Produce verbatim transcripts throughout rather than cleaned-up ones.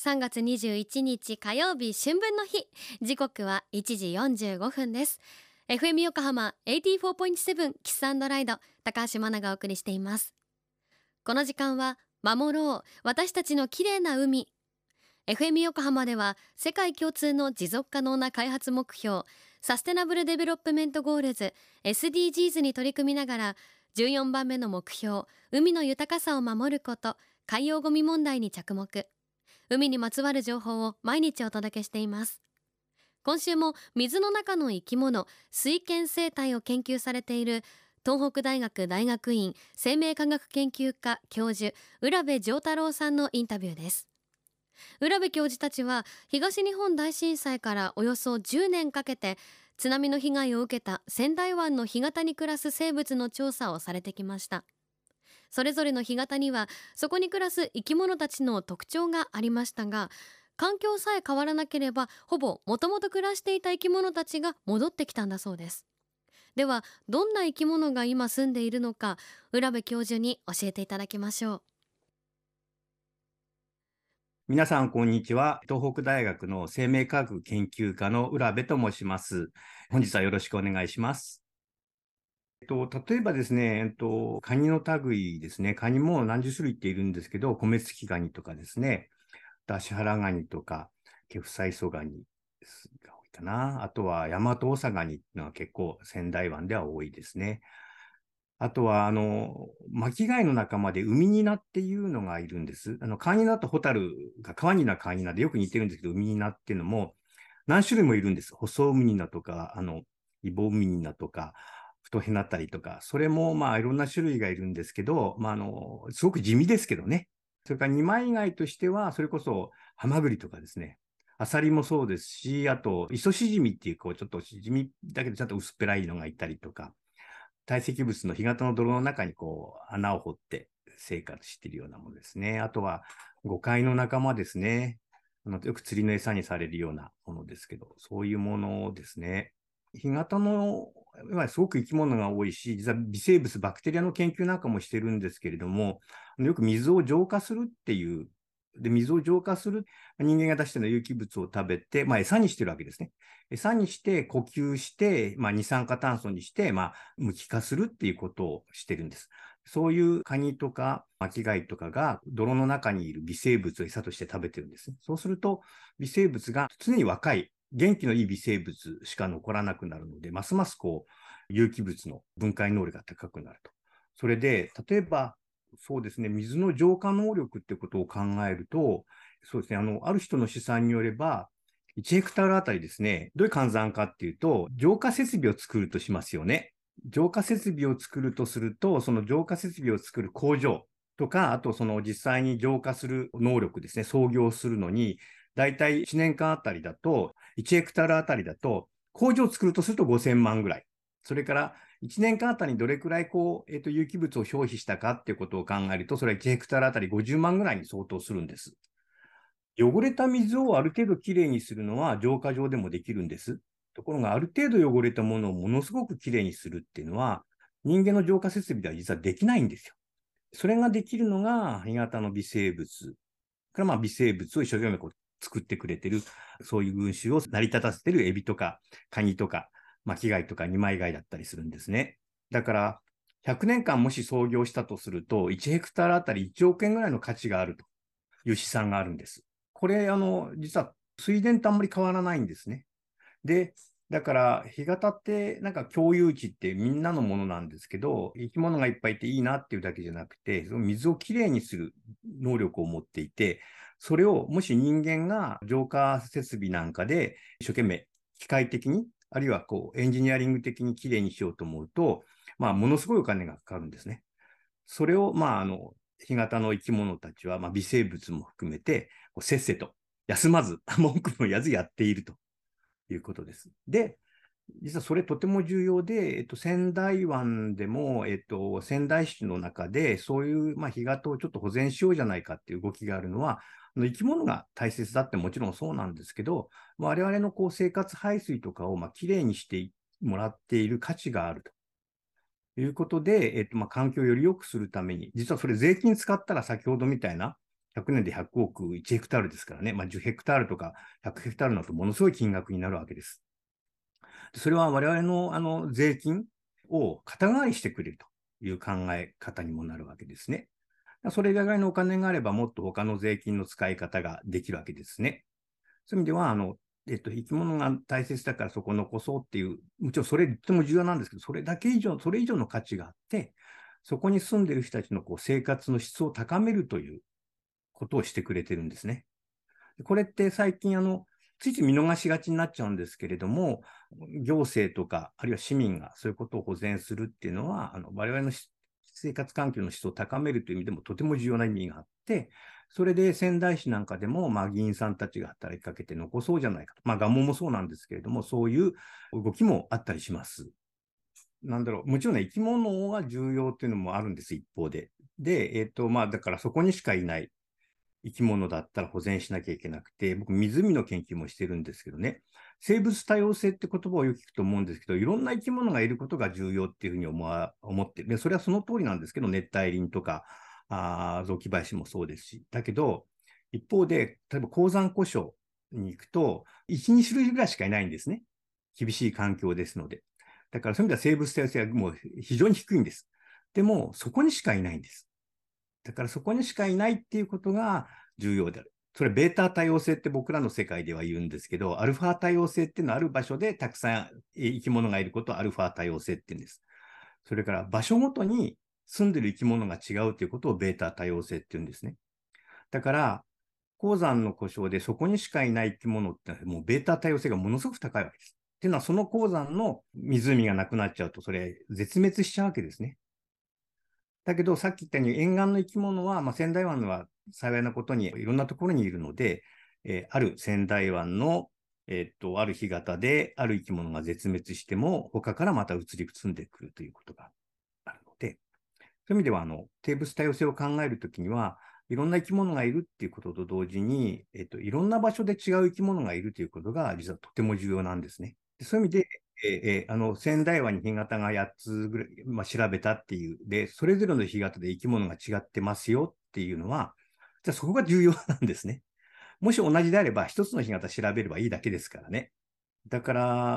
さんがつにじゅういちにち火曜日、春分の日。時刻はいちじよんじゅうごふんです。 エフエム 横浜 エイティフォーポイントセブン キスアンドライド、高橋真奈がお送りしています。この時間は守ろう私たちの綺麗な海。 エフエム 横浜では世界共通の持続可能な開発目標サステナブルデベロップメントゴールズ エスディージーズ に取り組みながら、じゅうよんばんめの目標、海の豊かさを守ること、海洋ゴミ問題に着目。海にまつわる情報を毎日お届けしています。今週も水の中の生き物、水圏生態を研究されている東北大学大学院生命科学研究科教授、浦部丈太郎さんのインタビューです。浦部教授たちは東日本大震災からおよそじゅうねんかけて津波の被害を受けた仙台湾の干潟に暮らす生物の調査をされてきました。それぞれの干潟にはそこに暮らす生き物たちの特徴がありましたが、環境さえ変わらなければほぼもともと暮らしていた生き物たちが戻ってきたんだそうです。ではどんな生き物が今住んでいるのか、浦部教授に教えていただきましょう。 皆さん、こんにちは。東北大学の生命科学研究科の浦部と申します。本日はよろしくお願いします。えっと、例えばですね、えっと、カニの類ですね。カニも何十種類っているんですけど、コメツキガニとかですね、ダシハラガニとか、ケフサイソガニが多いかな。あとはヤマトオサガニっていうのは結構仙台湾では多いですね。あとは、あの、巻貝の仲間でウミニナっていうのがいるんです。あの、カニナとホタルが川になカニナでよく似てるんですけど、ウミニナっていうのも何種類もいるんです。細ウミニナとか、あの、イボウミニナとか、太ヘナタリとか、それもまあいろんな種類がいるんですけど、まああの、すごく地味ですけどね。それから二枚貝としては、それこそハマグリとかですね。アサリもそうですし、あと、イソシジミっていう、こう、ちょっとシジミだけどちゃんと薄っぺらいのがいたりとか、堆積物の干潟の泥の中にこう穴を掘って生活しているようなものですね。あとはゴカイの仲間ですね。あのよく釣りの餌にされるようなものですけど、そういうものですね。干潟の、すごく生き物が多いし、実は微生物、バクテリアの研究なんかもしてるんですけれども、よく水を浄化するっていう、で、水を浄化する、人間が出している有機物を食べて、まあ、餌にしてるわけですね。餌にして呼吸して、まあ、二酸化炭素にして、まあ、無機化するっていうことをしてるんです。そういうカニとか巻貝とかが泥の中にいる微生物を餌として食べてるんです。そうすると、微生物が常に若い、元気のいい微生物しか残らなくなるので、ますますこう、有機物の分解能力が高くなると。それで、例えば、そうですね、水の浄化能力ってことを考えると、そうですね、あの、ある人の試算によれば、いちヘクタールあたりですね、どういう換算かっていうと、浄化設備を作るとしますよね。浄化設備を作るとすると、その浄化設備を作る工場とか、あとその実際に浄化する能力ですね、操業するのに、だいたいいちねんかんあたりだと、いちヘクタールあたりだと、工場を作るとするとごせんまんぐらい。それからいちねんかんあたりにどれくらいこう、えっと、有機物を消費したかっていうことを考えると、それはいちヘクタールあたりごじゅうまんぐらいに相当するんです。汚れた水をある程度きれいにするのは浄化場でもできるんです。ところが、ある程度汚れたものをものすごくきれいにするっていうのは、人間の浄化設備では実はできないんですよ。それができるのが、干潟の微生物。からまあ微生物を一生懸命こう作ってくれてる、そういう群衆を成り立たせてるエビとか、カニとか、巻貝とか二枚貝だったりするんですね。だから、ひゃくねんかんもし操業したとすると、いちヘクタールあたりいちおくえんぐらいの価値があるという試算があるんです。これ、あの、実は水田とあんまり変わらないんですね。で、だから、干潟ってなんか共有地ってみんなのものなんですけど、生き物がいっぱいいていいなっていうだけじゃなくて、その水をきれいにする能力を持っていて、それをもし人間が浄化設備なんかで一生懸命機械的に、あるいはこうエンジニアリング的にきれいにしようと思うと、まあ、ものすごいお金がかかるんですね。それを、まあ、あの、干潟の生き物たちは、まあ、微生物も含めて、せっせと休まず、文句も言わずやっているということです。で、実はそれとても重要で、えっと、仙台湾でも、えっと、仙台市の中で、そういう、まあ、干潟をちょっと保全しようじゃないかっていう動きがあるのは、生き物が大切だってもちろんそうなんですけど、我々のこう生活排水とかを、まあ、きれいにしてもらっている価値があると。いうことで、えっと、まあ、環境をより良くするために、実はそれ税金使ったら先ほどみたいなひゃくねんでひゃくおくいちヘクタールですからね、まあ、じゅうヘクタールとかひゃくヘクタールだとものすごい金額になるわけです。それは我々のあの税金を肩代わりしてくれるという考え方にもなるわけですね。それぐらいのお金があれば、もっと他の税金の使い方ができるわけですね。そういう意味では、あの、えっと、生き物が大切だからそこを残そうっていう、もちろんそれとっても重要なんですけど、それだけ以上、それ以上の価値があって、そこに住んでいる人たちのこう生活の質を高めるということをしてくれてるんですね。これって最近、あの、ついつい見逃しがちになっちゃうんですけれども、行政とか、あるいは市民がそういうことを保全するっていうのは、あの我々の生活環境の質を高めるという意味でもとても重要な意味があって、それで仙台市なんかでも、まあ、議員さんたちが働きかけて残そうじゃないかと。まあ、ガモもそうなんですけれども、そういう動きもあったりします。なんだろう、もちろんね、生き物が重要っていうのもあるんです、一方で。で、えっと、まあ、だからそこにしかいない生き物だったら保全しなきゃいけなくて、僕、湖の研究もしてるんですけどね、生物多様性って言葉をよく聞くと思うんですけど、いろんな生き物がいることが重要っていうふうに思わ思ってる。で、それはその通りなんですけど、熱帯林とか、あ雑木林もそうですし。だけど、一方で、例えば高山湖礁に行くと、いち、に種類ぐらいしかいないんですね。厳しい環境ですので。だからそういう意味では生物多様性はもう非常に低いんです。でも、そこにしかいないんです。だからそこにしかいないっていうことが重要である。それベータ多様性って僕らの世界では言うんですけど、アルファ多様性っていうのはある場所でたくさん生き物がいることをアルファ多様性って言うんです。それから場所ごとに住んでる生き物が違うということをベータ多様性って言うんですね。だから、鉱山の故障でそこにしかいない生き物ってのはもうベータ多様性がものすごく高いわけです。っていうのはその鉱山の湖がなくなっちゃうとそれ絶滅しちゃうわけですね。だけど、さっき言ったように沿岸の生き物は、まあ、仙台湾は幸いなことにいろんなところにいるので、えー、ある仙台湾の、えー、っと、ある干潟である生き物が絶滅しても、他からまた移り住んでくるということがあるので、そういう意味では、あの、生物多様性を考えるときには、いろんな生き物がいるっていうことと同時に、えっと、いろんな場所で違う生き物がいるということが、実はとても重要なんですね。でそういう意味で、えー、あの、仙台湾に干潟がやっつぐらい、まあ、調べたっていう。で、それぞれの干潟で生き物が違ってますよっていうのは、じゃあそこが重要なんですね。もし同じであれば、一つの干潟調べればいいだけですからね。だから、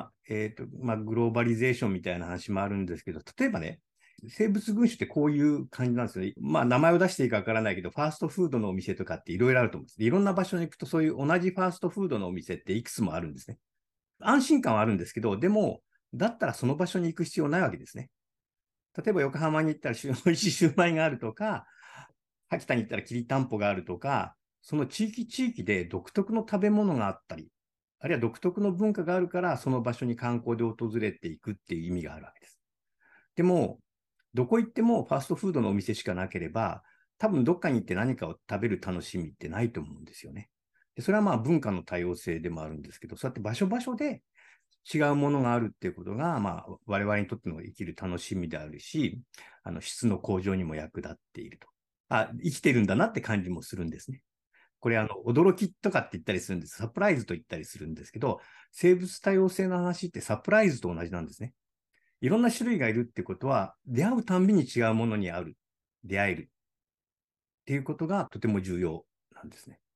えっと、まあ、グローバリゼーションみたいな話もあるんですけど、例えばね、生物群種ってこういう感じなんですよね。まあ、名前を出していいかわからないけど、ファーストフードのお店とかっていろいろあると思うんです。いろんな場所に行くと、そういう同じファーストフードのお店っていくつもあるんですね。安心感はあるんですけど、でも、だったらその場所に行く必要ないわけですね。例えば横浜に行ったら美味しいシューマイがあるとか、秋田に行ったらきりたんぽがあるとか、その地域地域で独特の食べ物があったり、あるいは独特の文化があるから、その場所に観光で訪れていくっていう意味があるわけです。でも、どこ行ってもファーストフードのお店しかなければ、多分どっかに行って何かを食べる楽しみってないと思うんですよね。でそれはまあ文化の多様性でもあるんですけど、そうやって場所場所で違うものがあるっていうことが、まあ、我々にとっての生きる楽しみであるし、あの質の向上にも役立っていると。あ、生きてるんだなって感じもするんですね。これ、あの、驚きとかって言ったりするんです。サプライズと言ったりするんですけど、生物多様性の話ってサプライズと同じなんですね。いろんな種類がいるってことは、出会うたんびに違うものに会う、出会えるっていうことがとても重要なんですね。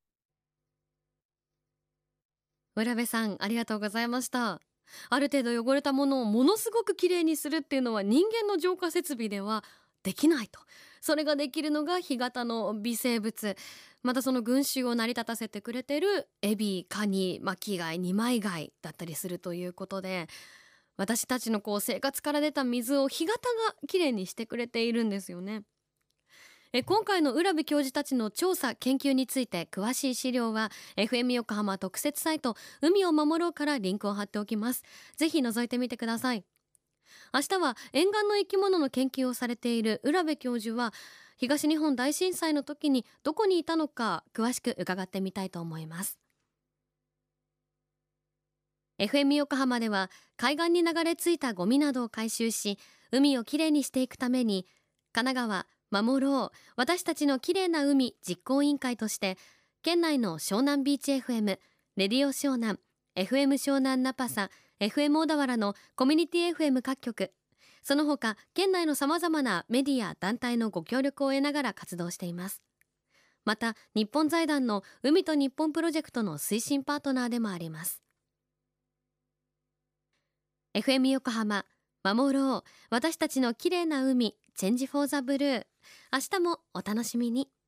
浦部さん、ありがとうございました。ある程度汚れたものをものすごくきれいにするっていうのは人間の浄化設備ではできないと。それができるのが干潟の微生物、またその群衆を成り立たせてくれてるエビ、カニ、巻き貝、二枚貝だったりするということで、私たちのこう生活から出た水を干潟がきれいにしてくれているんですよね。え今回の浦部教授たちの調査研究について詳しい資料は エフエム 横浜特設サイト海を守ろうからリンクを貼っておきます。ぜひ覗いてみてください。明日は沿岸の生き物の研究をされている浦部教授は東日本大震災の時にどこにいたのか詳しく伺ってみたいと思います。 エフエム 横浜では海岸に流れ着いたゴミなどを回収し海をきれいにしていくために神奈川守ろう私たちのきれいな海実行委員会として県内の湘南ビーチ エフエム、レディオ湘南、 エフエム 湘南ナパサ、 エフエム 小田原のコミュニティ エフエム 各局、その他県内のさまざまなメディア団体のご協力を得ながら活動しています。 また日本財団の海と日本プロジェクトの推進パートナーでもあります。 エフエム 横浜守ろう私たちの綺麗な海チェンジフォーザブルー。明日もお楽しみに。